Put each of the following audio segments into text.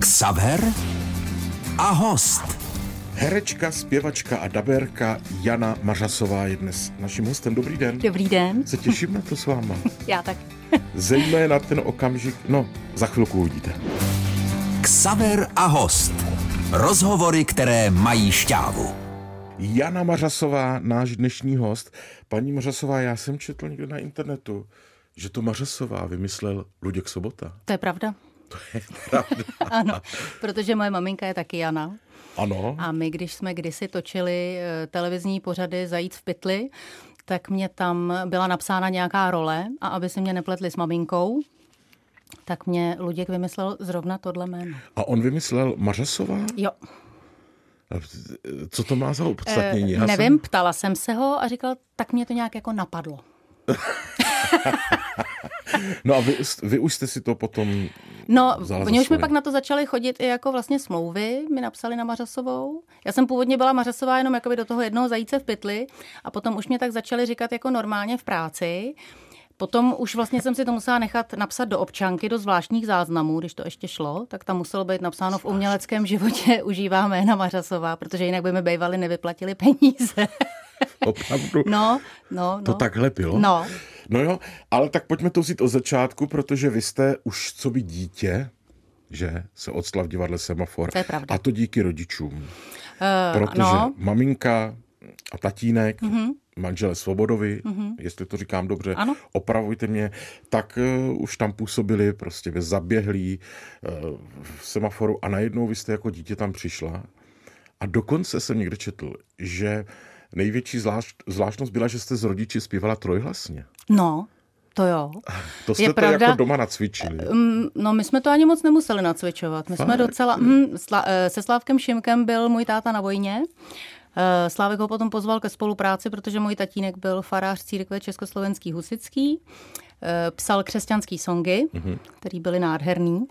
Xaver a host. Herečka, zpěvačka a dabérka Jana Mařasová je dnes naším hostem. Dobrý den. Dobrý den. Se těším na to s váma. Já tak. Zejména ten okamžik, za chvilku uvidíte. Xaver a host. Rozhovory, které mají šťávu. Jana Mařasová, náš dnešní host. Paní Mařasová, já jsem četl někde na internetu, že to Mařasová vymyslel Luděk Sobota. To je pravda. To je pravda. Ano, protože moje maminka je taky Jana. Ano. A my, když jsme kdysi točili televizní pořady Zajít v pytli, tak mě tam byla napsána nějaká role a aby si mě nepletli s maminkou, tak mě Luděk vymyslel zrovna tohle jméno. A on vymyslel Mařasová? Jo. Co to má za opodstatnění? Nevím, ptala jsem se ho a říkal, tak mě to nějak jako napadlo. No a vy už jste si to potom oni už mi pak na to začali chodit i jako vlastně smlouvy, mi napsali na Mařasovou. Já jsem původně byla Mařasová jenom jakoby do toho jednoho Zajíce v pytli a potom už mě tak začali říkat jako normálně v práci. Potom už vlastně jsem si to musela nechat napsat do občanky, do zvláštních záznamů, když to ještě šlo, tak tam muselo být napsáno v uměleckém životě užívá jména Mařasová, protože jinak by mi bývali nevyplatili peníze. Opravdu? No. To takhle bylo? No jo, ale tak pojďme to vzít od začátku, protože vy jste už co by dítě, že se odstla v divadle Semafor. To je pravda. A to díky rodičům. Protože maminka a tatínek, manžele Svobodovi, jestli to říkám dobře, ano. Opravujte mě, tak už tam působili prostě ve zaběhlí v Semaforu a najednou vy jste jako dítě tam přišla. A dokonce jsem někde četl, že největší zvláštnost byla, že jste s rodiči zpívala trojhlasně. No, to jo. To jste to jako doma nacvičili. No, my jsme to ani moc nemuseli nacvičovat. My jsme docela... se Slávkem Šimkem byl můj táta na vojně. Slávek ho potom pozval ke spolupráci, protože můj tatínek byl farář církve Československý husitský. Psal křesťanský songy, který byly nádherný.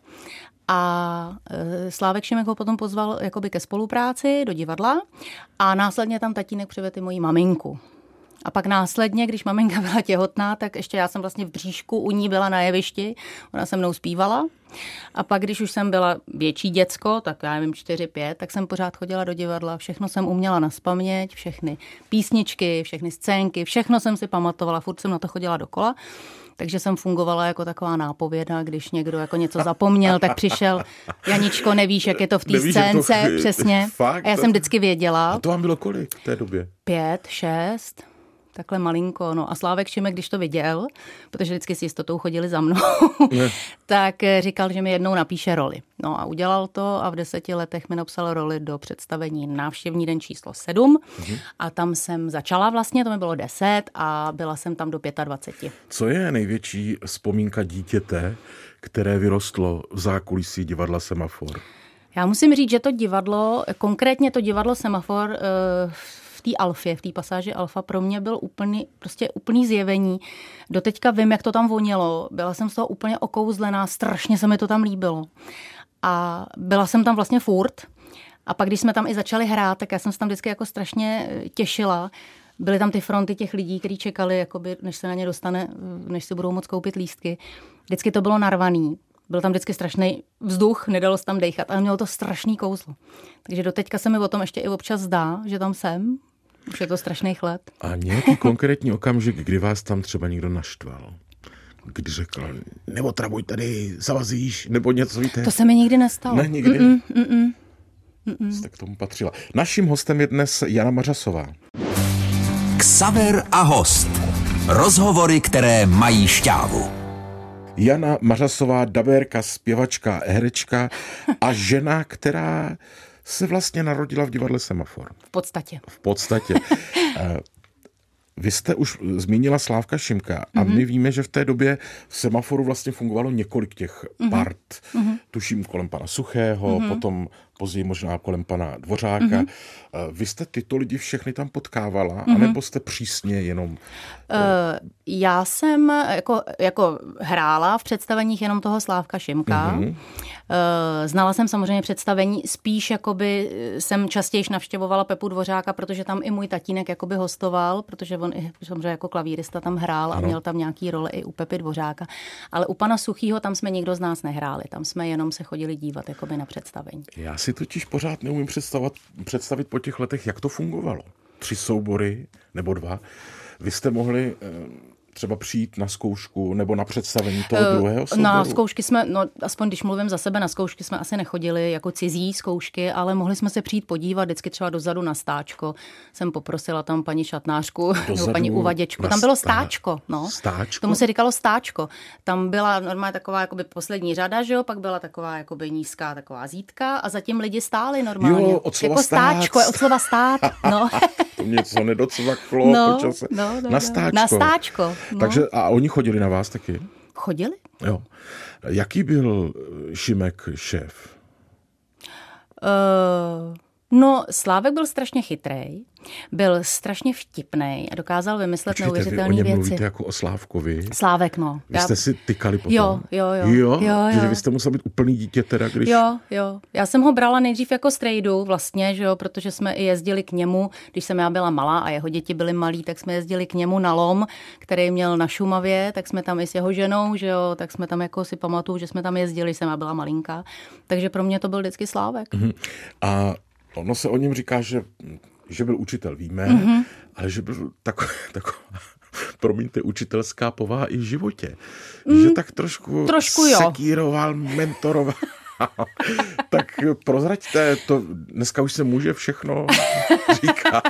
A Slávek Šimek ho potom pozval jakoby ke spolupráci do divadla a následně tam tatínek přivedl i moji maminku. A pak následně, když maminka byla těhotná, tak ještě já jsem vlastně v bříšku u ní byla na jevišti, ona se mnou zpívala. A pak, když už jsem byla větší děcko, tak já nevím 4-5, tak jsem pořád chodila do divadla, všechno jsem uměla nazpaměť, všechny písničky, všechny scénky, všechno jsem si pamatovala, furt jsem na to chodila dokola. Takže jsem fungovala jako taková nápověda, když někdo jako něco zapomněl, tak přišel, Janičko, nevíš, jak je to v té scénce, přesně. Fakt? A já jsem vždycky věděla. A to vám bylo kolik v té době? 5, 6, takhle malinko. No a Slávek Šimek, když to viděl, protože vždycky s jistotou chodili za mnou, tak říkal, že mi jednou napíše roli. No a udělal to a v 10 letech mi napsal roli do představení Návštěvní den číslo 7 a tam jsem začala vlastně, to mi bylo 10 a byla jsem tam do 25. Co je největší vzpomínka dítěte, které vyrostlo v zákulisí divadla Semafor? Já musím říct, že to divadlo, konkrétně to divadlo Semafor v té Alfě, v té pasáži Alfa pro mě byl úplný zjevení. Doteďka vím, jak to tam vonělo. Byla jsem z toho úplně okouzlená, strašně se mi to tam líbilo. A byla jsem tam vlastně furt. A pak, když jsme tam i začali hrát, tak já jsem se tam vždycky jako strašně těšila. Byly tam ty fronty těch lidí, kteří čekali, jakoby, než se na ně dostane, než si budou moct koupit lístky. Vždycky to bylo narvaný. Byl tam vždycky strašný vzduch, nedalo se tam dejchat, ale mělo to strašný kouzlo. Takže doteďka se mi o tom ještě i občas zdá, že tam jsem. Už je to strašných let. A nějaký konkrétní okamžik, kdy vás tam třeba někdo naštval? Kdy řekl, neotravuj tady, zavazíš, nebo něco, víte? To se mi nikdy nestalo. Ne, nikdy? Jste k tomu patřila. Naším hostem je dnes Jana Mařasová. Xaver a host. Rozhovory, které mají šťávu. Jana Mařasová, dabérka, zpěvačka, herečka a žena, která se vlastně narodila v divadle Semafor. V podstatě. Vy jste už zmínila Slávka Šimka a my víme, že v té době v Semaforu vlastně fungovalo několik těch part. Tuším kolem pana Suchého, potom později možná kolem pana Dvořáka. Vy jste tyto lidi všechny tam potkávala, anebo jste přísně jenom... Já jsem jako hrála v představeních jenom toho Slávka Šimka. Znala jsem samozřejmě představení, spíš jakoby jsem častěji navštěvovala Pepu Dvořáka, protože tam i můj tatínek jakoby hostoval, protože on i samozřejmě jako klavírista tam hrál a měl tam nějaký role i u Pepy Dvořáka. Ale u pana Suchýho tam jsme nikdo z nás nehráli, tam jsme jenom se chodili dívat jakoby na představení. Já si totiž pořád neumím představit po těch letech, jak to fungovalo. 3 soubory nebo 2. Vy jste mohli třeba přijít na zkoušku nebo na představení toho druhého souboru? Na zkoušky jsme, aspoň když mluvím za sebe, na zkoušky jsme asi nechodili jako cizí zkoušky, ale mohli jsme se přijít podívat vždycky třeba dozadu na stáčko. Jsem poprosila tam paní šatnářku nebo paní uvaděčku. Tam bylo stáčko, no. Stáčko? Tomu se říkalo stáčko. Tam byla normálně taková jakoby poslední řada, že jo, pak byla taková jakoby nízká taková zítka a zatím lidi stáli normálně. Jo, od slova jako stát. stáčko, od slova stát, no. To něco nedocvaklo po čase. Na stáčko. Na stáčko. No. Takže a oni chodili na vás taky? Chodili? Jo. Jaký byl Šimek šéf? No, Slávek byl strašně chytrej, byl strašně vtipnej a dokázal vymyslet neuvěřitelné věci. Vy o něm mluvíte jako o Slávkovi? Slávek, no. Vy jste si tykali potom? Jo. Že vy jste musel být úplný dítě teda, když... Jo. Já jsem ho brala nejdřív jako strejdu vlastně, že jo, protože jsme i jezdili k němu, když jsem já byla malá a jeho děti byly malí, tak jsme jezdili k němu na lom, který měl na Šumavě, tak jsme tam i s jeho ženou, že jo, tak jsme tam jako si pamatuju, že jsme tam jezdili, jsem já byla malinká. Takže pro mě to byl vždycky Slávek. A ono se o něm říká, že byl učitel, víme, ale že byl taková, promiňte, učitelská povaha i v životě. Že tak trošku sekíroval, mentoroval. Tak prozraďte, to dneska už se může všechno říkat.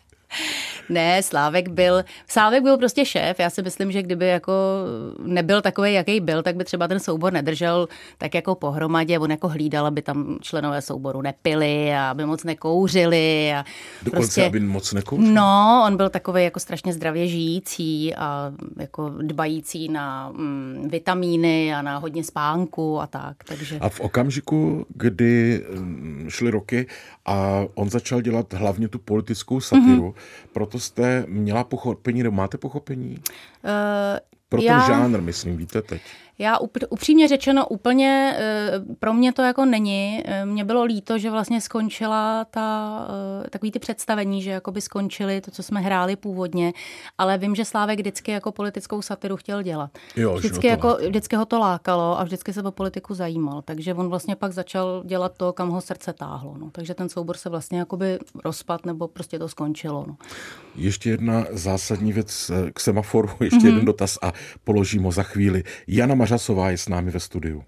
Ne, Slávek byl prostě šéf. Já si myslím, že kdyby jako nebyl takový, jaký byl, tak by třeba ten soubor nedržel tak jako pohromadě. On jako hlídal, aby tam členové souboru nepili a aby moc nekouřili. A dokonce, prostě, aby moc nekouřil? No, on byl takový jako strašně zdravě žijící a jako dbající na vitamíny a na hodně spánku a tak. Takže... A v okamžiku, kdy šly roky a on začal dělat hlavně tu politickou satiru, proto jste měla pochopení, nebo máte pochopení? Pro ten žánr, myslím, víte teď. Já upřímně řečeno úplně, pro mě to jako není. Mně bylo líto, že vlastně skončila takový ty představení, že jakoby skončily to, co jsme hráli původně, ale vím, že Slávek vždycky jako politickou satiru chtěl dělat. Jo, vždycky ho to lákalo a vždycky se o politiku zajímal, takže on vlastně pak začal dělat to, kam ho srdce táhlo. No. Takže ten soubor se vlastně jakoby rozpad nebo prostě to skončilo. No. Ještě jedna zásadní věc k semaforu, ještě jeden dotaz a položím ho za chvíli. Jana Mařasová je s námi ve studiu.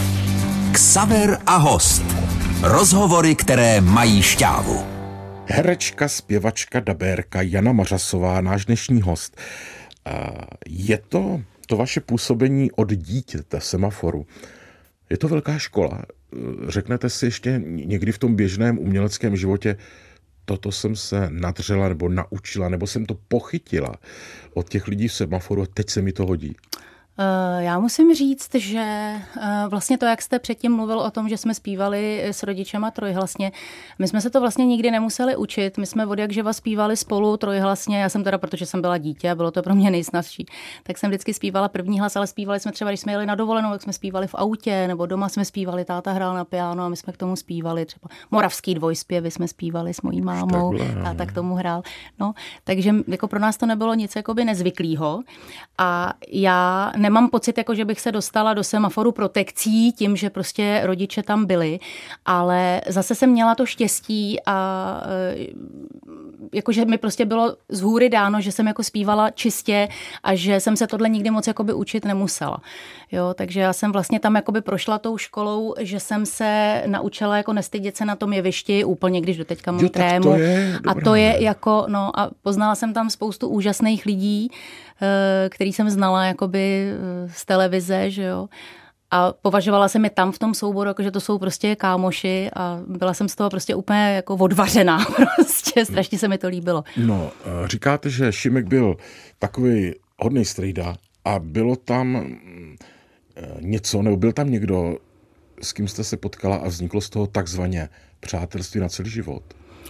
Xaver a host. Rozhovory, které mají šťávu. Herečka, zpěvačka, dabérka Jana Mařasová, náš dnešní host. Je to vaše působení od dítěte semaforu. Je to velká škola. Řeknete si ještě někdy v tom běžném uměleckém životě, toto jsem se nadřela nebo naučila, nebo jsem to pochytila od těch lidí v semaforu a teď se mi to hodí? Já musím říct, že vlastně to, jak jste předtím mluvil o tom, že jsme zpívali s rodičema trojhlasně, my jsme se to vlastně nikdy nemuseli učit, my jsme od jak živa zpívali spolu trojhlasně, já jsem teda, protože jsem byla dítě a bylo to pro mě nejsnazší, tak jsem vždycky zpívala první hlas, ale zpívali jsme třeba, když jsme jeli na dovolenou, tak jsme zpívali v autě, nebo doma jsme zpívali, táta hrál na piano a my jsme k tomu zpívali, třeba moravský dvojspěvy jsme zpívali s mojí mámou, táta k tomu hrál. No, takže jako pro nás to nebylo nic jakoby nezvyklého a já nemám pocit, jako že bych se dostala do semaforu protekcí tím, že prostě rodiče tam byli, ale zase jsem měla to štěstí a jakože mi prostě bylo z hůry dáno, že jsem jako zpívala čistě a že jsem se tohle nikdy moc jakoby učit nemusela. Jo, takže já jsem vlastně tam jakoby prošla tou školou, že jsem se naučila jako nestydět se na tom jevišti úplně, když do teďka mám trému. A to je jako, no a poznala jsem tam spoustu úžasných lidí, který jsem znala jakoby z televize, že jo. A považovala jsem je tam v tom souboru, jako že to jsou prostě kámoši a byla jsem z toho prostě úplně jako odvařená. Prostě strašně se mi to líbilo. No, říkáte, že Šimek byl takový hodnej strejda a bylo tam něco, nebo byl tam někdo, s kým jste se potkala a vzniklo z toho takzvaně přátelství na celý život?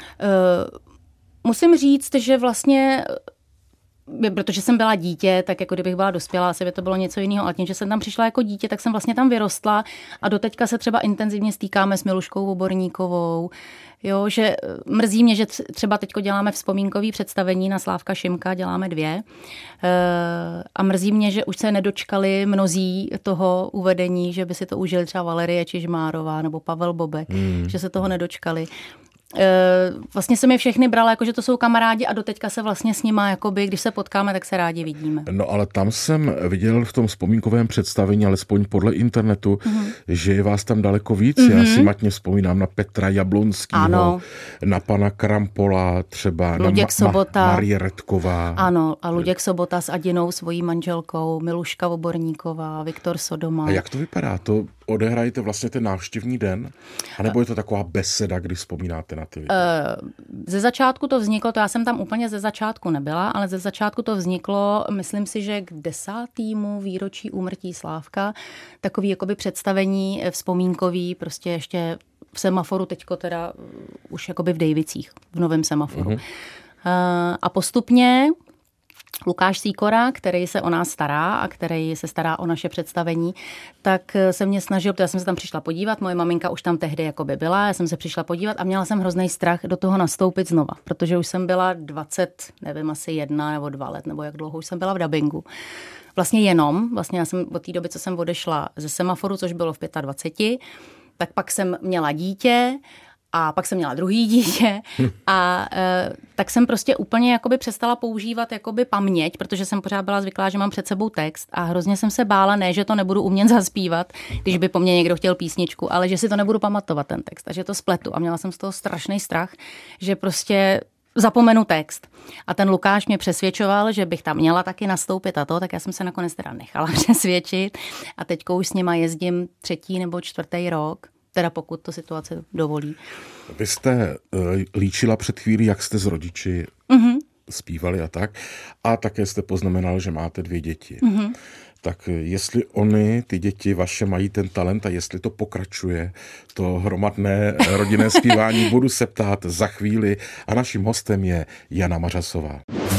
Musím říct, že vlastně, protože jsem byla dítě, tak jako kdybych byla dospělá, asi by to bylo něco jiného, ale tím, že jsem tam přišla jako dítě, tak jsem vlastně tam vyrostla a doteďka se třeba intenzivně stýkáme s Miluškou Voborníkovou. Jo, že mrzí mě, že třeba teďko děláme vzpomínkový představení na Slávka Šimka, děláme 2. A mrzí mě, že už se nedočkali mnozí toho uvedení, že by si to užili třeba Valerie Čižmárová nebo Pavel Bobek, že se toho nedočkali. Vlastně jsem je všechny brala, jako že to jsou kamarádi a doteďka se vlastně s nima, jakoby, když se potkáme, tak se rádi vidíme. No ale tam jsem viděl v tom vzpomínkovém představení, alespoň podle internetu, že je vás tam daleko víc. Já si matně vzpomínám na Petra Jablonského, na pana Krampola, třeba Luděk Sobota, Marie Redková. Ano, a Luděk Sobota s Adinou, svojí manželkou, Miluška Voborníková, Viktor Sodoma. A jak to vypadá? To odehrajete vlastně ten návštěvní den? A nebo je to taková beseda, když vzpomínáte na ty lidi? Ze začátku to vzniklo, to já jsem tam úplně ze začátku nebyla, ale ze začátku to vzniklo, myslím si, že k 10. výročí úmrtí Slávka, takový jakoby představení vzpomínkový, prostě ještě v Semaforu, teďko teda už jakoby v Dejvicích, v novém Semaforu. A postupně Lukáš Sýkora, který se o nás stará a který se stará o naše představení, tak se mě snažil, já jsem se tam přišla podívat, moje maminka už tam tehdy jakoby byla, já jsem se přišla podívat a měla jsem hrozný strach do toho nastoupit znova, protože už jsem byla 20, nevím, asi 1 nebo 2 let, nebo jak dlouho už jsem byla v dabingu. Vlastně já jsem od té doby, co jsem odešla ze Semaforu, což bylo v 25, tak pak jsem měla dítě, a pak jsem měla druhý dítě a tak jsem prostě úplně jakoby přestala používat jakoby paměť, protože jsem pořád byla zvyklá, že mám před sebou text a hrozně jsem se bála, ne, že to nebudu umět zaspívat, když by po mně někdo chtěl písničku, ale že si to nebudu pamatovat ten text a že to spletu a měla jsem z toho strašný strach, že prostě zapomenu text. A ten Lukáš mě přesvědčoval, že bych tam měla taky nastoupit a to, tak já jsem se nakonec teda nechala přesvědčit a teďko už s nima jezdím 3. nebo 4. rok. Teda pokud to situace dovolí. Vy jste líčila před chvílí, jak jste s rodiči zpívali a tak. A také jste poznamenal, že máte 2 děti. Tak jestli ty děti vaše, mají ten talent a jestli to pokračuje, to hromadné rodinné zpívání, budu se ptát za chvíli. A naším hostem je Jana Mařasová.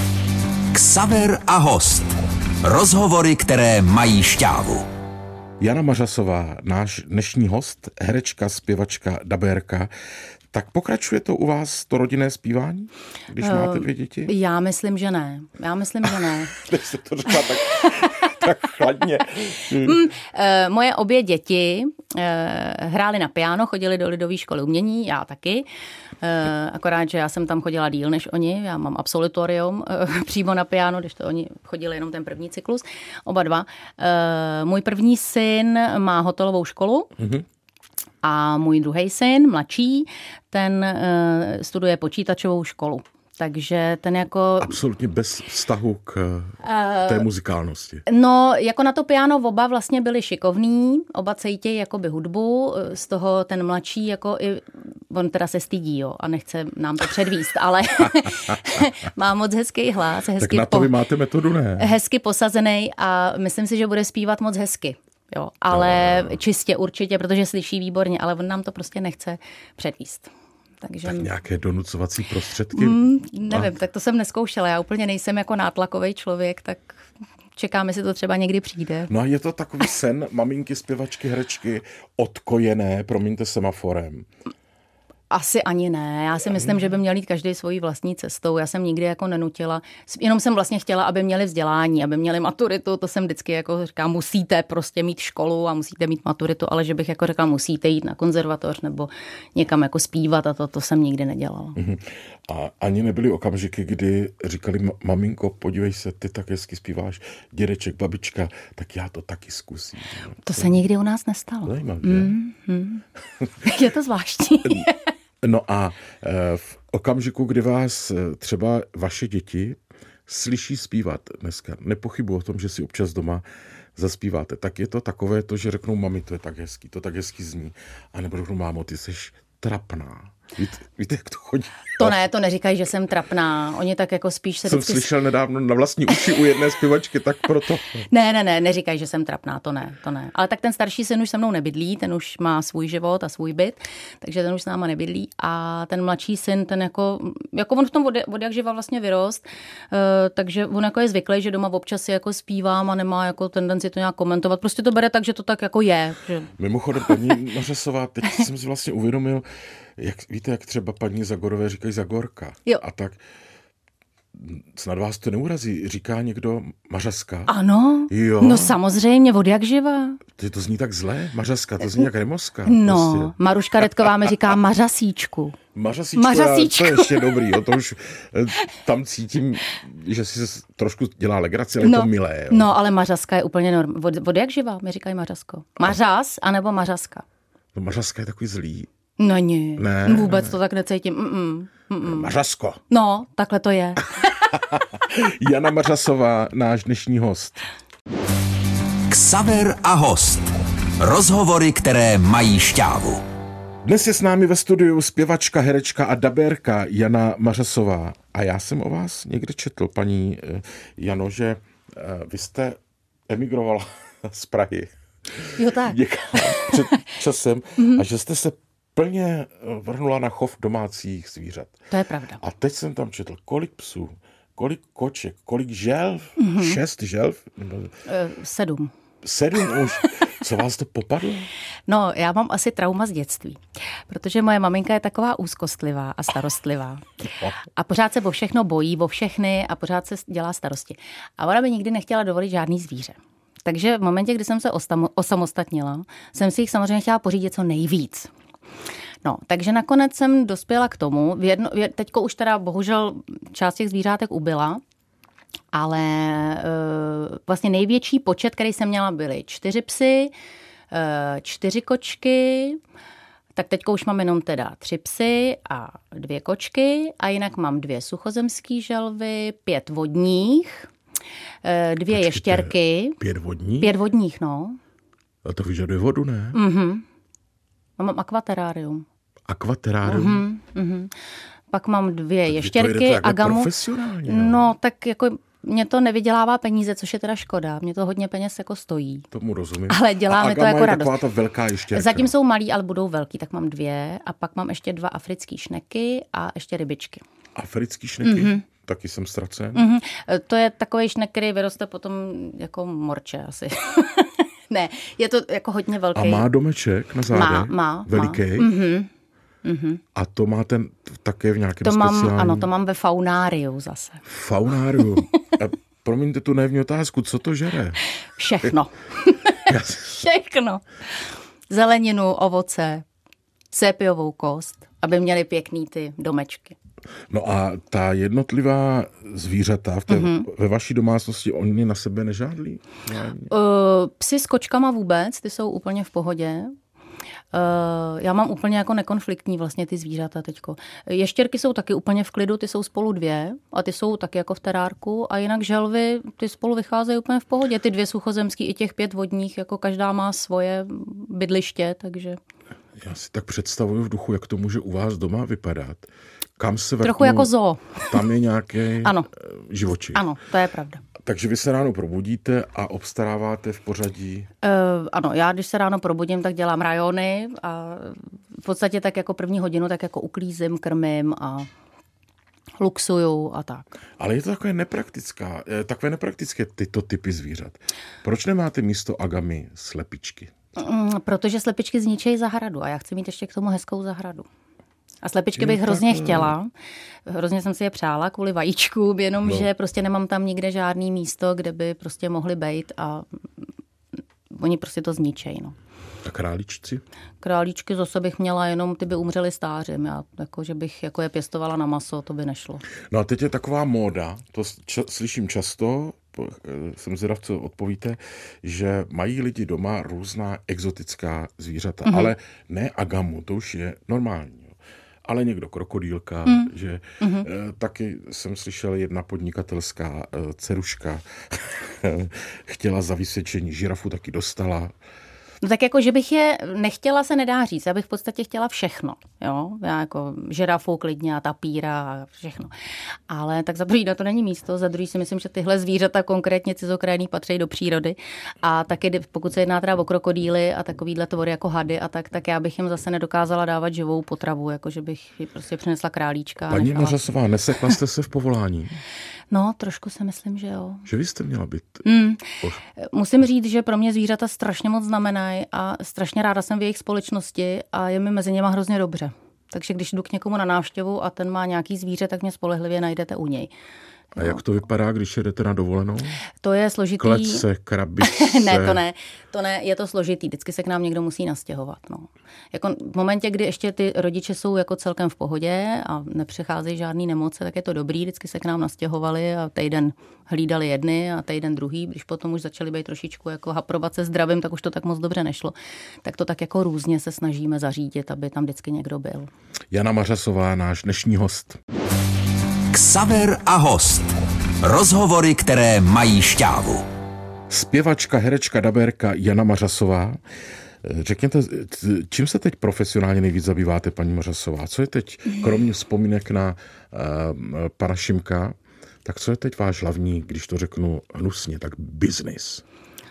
Xaver a host. Rozhovory, které mají šťávu. Jana Mařasová, náš dnešní host, herečka, zpěvačka, dabérka. Tak pokračuje to u vás, to rodinné zpívání, když máte 2 děti? Já myslím, že ne. Teď jste to řekla tak chladně. Moje obě děti hrály na piano, chodily do lidové školy umění, já taky. Akorát, že já jsem tam chodila díl než oni, já mám absolutorium přímo na piano, když to oni chodili jenom ten první cyklus, oba 2. Můj první syn má hotelovou školu, a můj druhý syn, mladší, ten studuje počítačovou školu. Takže ten jako... Absolutně bez vztahu k té muzikálnosti. No, jako na to piano oba vlastně byli šikovní, oba cejtějí jakoby hudbu, z toho ten mladší jako i, on teda se stydí, jo, a nechce nám to předvíst, ale má moc hezký hlas. Hezky tak na to vy máte metodu, ne? Hezky posazený a myslím si, že bude zpívat moc hezky. Jo, ale čistě určitě, protože slyší výborně, ale on nám to prostě nechce předvíst. Takže... Tak nějaké donucovací prostředky? Nevím, tak to jsem neskoušela. Já úplně nejsem jako nátlakový člověk, tak čekám, jestli to třeba někdy přijde. No a je to takový sen maminky, zpěvačky, herečky, odkojené, promiňte, Semaforem. Asi ani ne. Já si myslím, že by měl jít každý svojí vlastní cestou. Já jsem nikdy jako nenutila. Jenom jsem vlastně chtěla, aby měli vzdělání, aby měli maturitu. To jsem vždycky jako říkám, musíte prostě mít školu a musíte mít maturitu, ale že bych jako řekla, musíte jít na konzervatoř nebo někam jako zpívat a to jsem nikdy nedělala. A ani nebyly okamžiky, kdy říkali, maminko, podívej se, ty tak hezky zpíváš, dědeček, babička, tak já to taky zkusím. To se nikdy u nás nestalo. Zajímavé. Je to zvláštní. No a v okamžiku, kdy vás třeba vaše děti slyší zpívat dneska, nepochybuji o tom, že si občas doma zaspíváte, tak je to takové to, že řeknou, mami, to je tak hezký, to tak hezky zní. A nebo řeknou, mámo, ty seš trapná. Víte, jak to chodí? To ne, to neříkají, že jsem trapná. Oni tak jako spíš se Jsem vždycky... slyšel nedávno na vlastní uši u jedné zpěvačky, tak proto. Ne, neříkají, že jsem trapná, to ne. Ale tak ten starší syn už se mnou nebydlí, ten už má svůj život a svůj byt, takže ten už s náma nebydlí. A ten mladší syn, ten jako on v tom od jak živa vlastně vyrost, takže on jako je zvyklý, že doma občas si jako zpívám a nemá jako tendenci to nějak komentovat. Prostě to bere tak, že to tak jako je. Že... Mimochodem, paní Mařasová, teď jsem si vlastně uvědomil, víte, jak třeba paní Zagorové říkají Zagorka. Jo. A tak snad vás to neurazí. Říká někdo Mařaska? Ano, jo. No samozřejmě, od jak živa. To zní tak zlé, Mařaska, to zní jak Remoska. No, prostě. Maruška Redková mi říká Mařasíčku. Mařasíčku. To je ještě dobrý, jo, to už tam cítím, že si se trošku dělá legraci, ale je to milé. Jo. No, ale Mařaska je úplně normální. Od jak živa mi říkají Mařasko. Mařas anebo Mařaska. No, Mařaska je takový zlý. No ne, vůbec to tak necítím. Mařasko. No, takhle to je. Jana Mařasová, náš dnešní host. Xaver a host. Rozhovory, které mají šťávu. Dnes je s námi ve studiu zpěvačka, herečka a dabérka Jana Mařasová. A já jsem o vás někde četl, paní Jano, že vy jste emigrovala z Prahy. Jo, tak. Před časem a že jste se plně vrhnula na chov domácích zvířat. To je pravda. A teď jsem tam četl, kolik psů, kolik koček, kolik želv, 6 želv? 7. 7 už. Co vás to popadlo? No, já mám asi trauma z dětství, protože moje maminka je taková úzkostlivá a starostlivá. A pořád se o všechno bojí, o všechny a pořád se dělá starosti. A ona by nikdy nechtěla dovolit žádný zvíře. Takže v momentě, kdy jsem se osamostatnila, jsem si jich samozřejmě chtěla pořídit co nejvíc. No, takže nakonec jsem dospěla k tomu, teďko už teda bohužel část těch zvířátek ubyla, ale vlastně největší počet, který jsem měla, byly 4 psy, 4 kočky, tak teďko už mám jenom teda 3 psy a 2 kočky a jinak mám 2 suchozemský želvy, 5 vodních, 2 ještěrky. 5 vodních? 5 vodních, no. A to vyžaduje vodu, ne? Mám akvaterárium. Akvaterárium? Pak mám 2 ještěrky, agamu. Profesionálně. No, tak jako mě to nevydělává peníze, což je teda škoda. Mě to hodně peněz jako stojí. Tomu rozumím. Ale dělá mi to jako radost. Taková ta velká ještěrka. Zatím jsou malí, ale budou velký, tak mám 2 a pak mám ještě 2 africký šneky a ještě rybičky. Africký šneky? Taky jsem ztracen. To je takový šnek, který vyroste potom jako morče asi. Ne, je to jako hodně velký. A má domeček na zádech? Má. Veliký? A to máte také v nějakém speciálním... Ano, to mám ve faunáriu zase. Faunáriu. Promiňte tu naivní otázku, co to žere? Všechno. Všechno. Zeleninu, ovoce, sépiovou kost, aby měli pěkný ty domečky. No a ta jednotlivá zvířata ve vaší domácnosti, oni na sebe nežádlí? Psi s kočkama vůbec, ty jsou úplně v pohodě. Já mám úplně jako nekonfliktní vlastně ty zvířata teďko. Ještěrky jsou taky úplně v klidu, ty jsou spolu 2 a ty jsou taky jako v terárku a jinak želvy, ty spolu vycházejí úplně v pohodě. Ty 2 suchozemský i těch 5 vodních, jako každá má svoje bydliště, takže... Já si tak představuju v duchu, jak to může u vás doma vypadat. Kam se vrtnu, trochu jako zoo. Tam je nějaký živočich. Ano, to je pravda. Takže vy se ráno probudíte a obstaráváte v pořadí? Ano, já když se ráno probudím, tak dělám rajony a v podstatě tak jako první hodinu tak jako uklízím, krmím a luxuju a tak. Ale je to takové nepraktické tyto typy zvířat. Proč nemáte místo agamy slepičky? Protože slepičky zničejí zahradu a já chci mít ještě k tomu hezkou zahradu. A slepičky bych hrozně chtěla. Hrozně jsem si je přála kvůli vajíčkům, jenomže prostě nemám tam nikde žádný místo, kde by prostě mohly bejt a oni prostě to zničejí. No. A králíčci? Králíčky zase bych měla, jenom ty by umřely stářem. Já jako, že bych jako je pěstovala na maso, to by nešlo. No a teď je taková móda, to slyším často, jsem zvědav, co odpovíte, že mají lidi doma různá exotická zvířata, ale ne agamu, to už je normální. Ale někdo krokodýlka, že taky jsem slyšel, jedna podnikatelská dceruška chtěla za vysvědčení žirafu, taky dostala. No tak jako, že bych je nechtěla, se nedá říct. Já bych v podstatě chtěla všechno. Jo? Já jako žirafu klidně a tapíra a všechno. Ale tak za první na to není místo, za druhý si myslím, že tyhle zvířata, konkrétně cizokrajný, patří do přírody. A taky pokud se jedná teda o krokodýly a takovýhle tvory jako hady a tak já bych jim zase nedokázala dávat živou potravu, jako že bych ji prostě přinesla králíčka. Paní Mařasová, nesekla jste se v povolání? No, trošku si myslím, že jo. Že vy jste měla být? Musím říct, že pro mě zvířata strašně moc znamenají a strašně ráda jsem v jejich společnosti a je mi mezi něma hrozně dobře. Takže když jdu k někomu na návštěvu a ten má nějaký zvíře, tak mě spolehlivě najdete u něj. A jak to vypadá, když jedete na dovolenou? To je složitý. Klece, krabice. To ne, je to složitý. Vždycky se k nám někdo musí nastěhovat. No. Jako v momentě, kdy ještě ty rodiče jsou jako celkem v pohodě a nepřecházejí žádný nemoce, tak je to dobrý. Vždycky se k nám nastěhovali a týden hlídali jedny a týden druhý. Když potom už začali být trošičku jako haprovat se zdravím, tak už to tak moc dobře nešlo. Tak to tak jako různě se snažíme zařídit, aby tam vždycky někdo byl. Jana Mařasová, náš dnešní host. Xaver a host. Rozhovory, které mají šťávu. Zpěvačka, herečka, dabérka Jana Mařasová. Řekněte, čím se teď profesionálně nejvíc zabýváte, paní Mařasová? Co je teď, kromě vzpomínek na pana Šimka, tak co je teď váš hlavní, když to řeknu hnusně, tak biznis?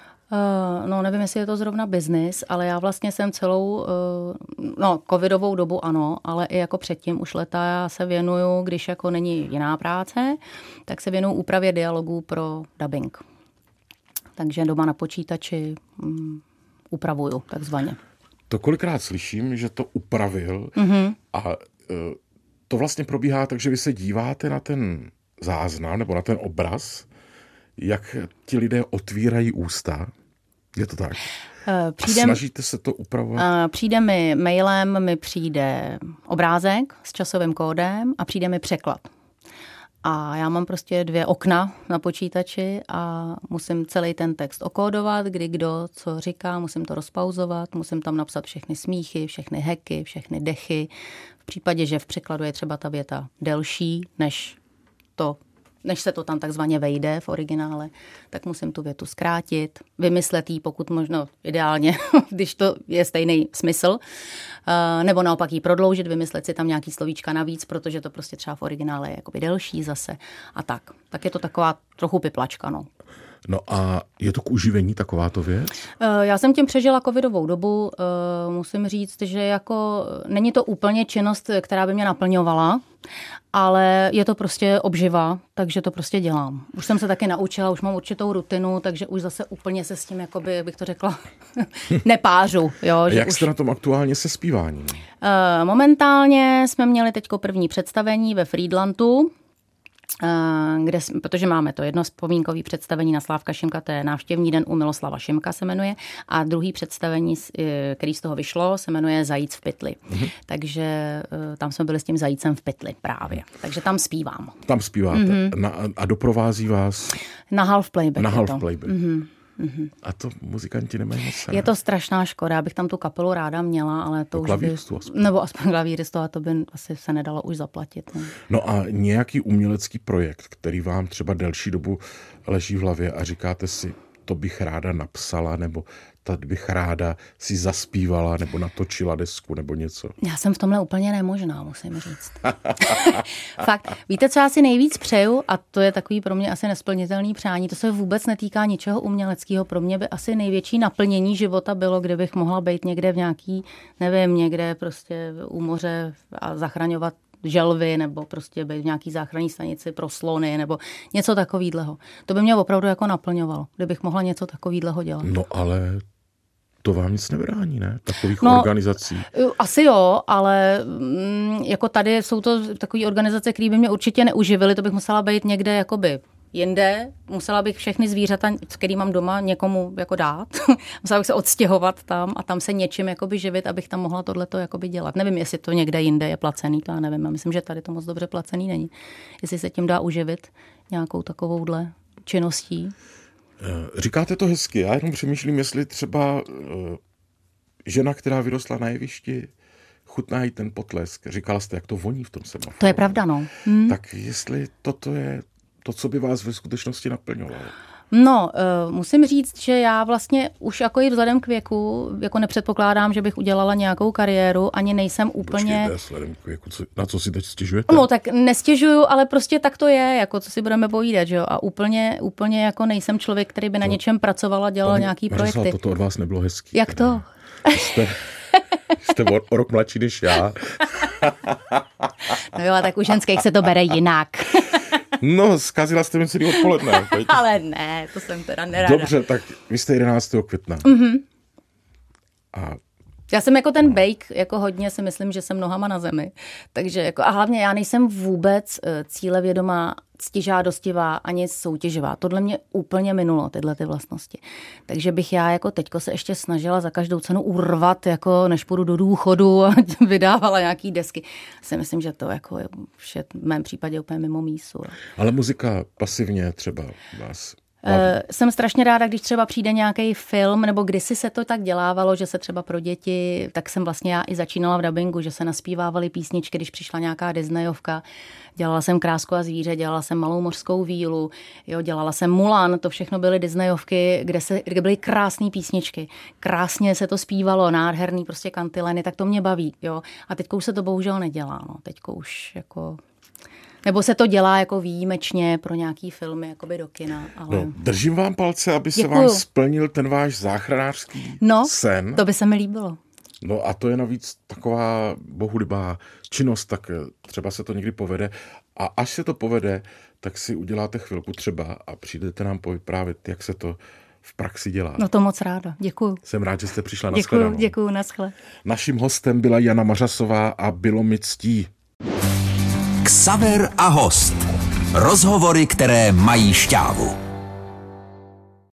No nevím, jestli je to zrovna biznis, ale já vlastně jsem celou, covidovou dobu ano, ale i jako předtím už leta já se věnuju, když jako není jiná práce, tak se věnuju úpravě dialogů pro dubbing. Takže doma na počítači upravuju takzvaně. To kolikrát slyším, že to upravil a to vlastně probíhá tak, že vy se díváte na ten záznam nebo na ten obraz, jak ti lidé otvírají ústa. Je to tak? A snažíte se to upravovat? Přijde mi mailem, mi přijde obrázek s časovým kódem a přijde mi překlad. A já mám prostě 2 okna na počítači a musím celý ten text okódovat, kdy kdo co říká, musím to rozpauzovat, musím tam napsat všechny smíchy, všechny heky, všechny dechy. V případě, že v překladu je třeba ta věta delší, než se to tam takzvaně vejde v originále, tak musím tu větu zkrátit, vymyslet jí pokud možno ideálně, když to je stejný smysl, nebo naopak jí prodloužit, vymyslet si tam nějaký slovíčka navíc, protože to prostě třeba v originále je jakoby delší zase a tak. Tak je to taková trochu piplačka, no. No a je to k uživení takováto věc? Já jsem tím přežila covidovou dobu. Musím říct, že jako není to úplně činnost, která by mě naplňovala, ale je to prostě obživa, takže to prostě dělám. Už jsem se taky naučila, už mám určitou rutinu, takže už zase úplně se s tím, jakoby, bych to řekla, nepářu. Jo, a že jak jste na tom aktuálně se zpíváním? Momentálně jsme měli teďko první představení ve Frýdlantu, protože máme to jedno vzpomínkové představení na Slávka Šimka, to je Návštěvní den u Miloslava Šimka se jmenuje, a druhý představení, který z toho vyšlo, se jmenuje Zajíc v pytli. Takže tam jsme byli s tím zajícem v pytli právě. Takže tam zpívám. Tam zpíváte. A doprovází vás? Na half playback. Na half playback. A to muzikanti nemají moc. Je to strašná škoda, já bych tam tu kapelu ráda měla, ale to už by... Nebo aspoň klavíristu, a to by asi se nedalo už zaplatit. Ne? No a nějaký umělecký projekt, který vám třeba delší dobu leží v hlavě a říkáte si, to bych ráda napsala, nebo tady bych ráda si zaspívala, nebo natočila desku, nebo něco. Já jsem v tomhle úplně nemožná, musím říct. Fakt, víte, co já si nejvíc přeju, a to je takový pro mě asi nesplnitelný přání, to se vůbec netýká ničeho uměleckého. Pro mě by asi největší naplnění života bylo, kdybych mohla být někde v nějaký, nevím, někde prostě u moře a zachraňovat želvy, nebo prostě být v nějaký záchranné stanici pro slony, nebo něco takovýhleho. To by mě opravdu jako naplňovalo, kdybych mohla něco takovýhleho dělat. No ale to vám nic nebrání, ne? Takových organizací. Asi jo, ale jako tady jsou to takové organizace, které by mě určitě neuživily, to bych musela být někde jakoby jinde, musela bych všechny zvířata, který mám doma, někomu jako dát. Musela bych se odstěhovat tam a tam se něčím jakoby živit, abych tam mohla tohleto jakoby dělat. Nevím, jestli to někde jinde je placený, to já nevím. Já myslím, že tady to moc dobře placený není. Jestli se tím dá uživit nějakou takovouhle činností. Říkáte to hezky, já jenom přemýšlím, jestli třeba žena, která vyrostla na jevišti, chutná jí ten potlesk. Říkala jste, jak to voní v tom semaforu. To je pravda, no. Tak jestli toto je to, co by vás ve skutečnosti naplňovalo. No, musím říct, že já vlastně už jako i vzhledem k věku, jako nepředpokládám, že bych udělala nějakou kariéru, ani nejsem úplně... Počkejte, vzhledem k věku, na co si teď stěžujete? No, tak nestěžuju, ale prostě tak to je, jako co si budeme povídat, že jo? A úplně jako nejsem člověk, který by na něčem pracoval a dělal nějaký projekty. Toto od vás nebylo hezký. Jak to? Jste o rok mladší než já. No jo, tak u ženských se to bere jinak. No, zkazila jste mi celý odpoledne. Ale ne, to jsem teda nerada. Dobře, tak vy jste 11. května. A já jsem jako ten bejk, jako hodně si myslím, že jsem nohama na zemi. Takže jako, a hlavně já nejsem vůbec cílevědomá, ctižádostivá ani soutěživá. Tohle mě úplně minulo, tyhle ty vlastnosti. Takže bych já jako teďko se ještě snažila za každou cenu urvat, jako než půjdu do důchodu a vydávala nějaký desky. Si myslím, že to jako je v mém případě úplně mimo mísu. Ale muzika pasivně třeba vás... Jsem strašně ráda, když třeba přijde nějaký film, nebo kdysi se to tak dělávalo, že se třeba pro děti, tak jsem vlastně já i začínala v dabingu, že se naspívávaly písničky, když přišla nějaká Disneyovka. Dělala jsem Krásku a zvíře, dělala jsem Malou mořskou vílu, jo, dělala jsem Mulan, to všechno byly Disneyovky, kde byly krásné písničky. Krásně se to zpívalo, nádherný prostě kantileny, tak to mě baví, jo. A teďko už se to bohužel nedělá, no. Teďko už jako... Nebo se to dělá jako výjimečně pro nějaký filmy, jakoby do kina. Ale... No, držím vám palce, aby se Děkuju. vám splnil ten váš záchranářský sen. To by se mi líbilo. No a to je navíc taková bohulibá činnost, tak třeba se to někdy povede. A až se to povede, tak si uděláte chvilku třeba a přijdete nám povyprávět, jak se to v praxi dělá. No to moc ráda. Děkuju. Jsem rád, že jste přišla na shledanou. Děkuju, naschle. Naším hostem byla Jana Mařasová a bylo mi ctí. Xaver a host. Rozhovory, které mají šťávu.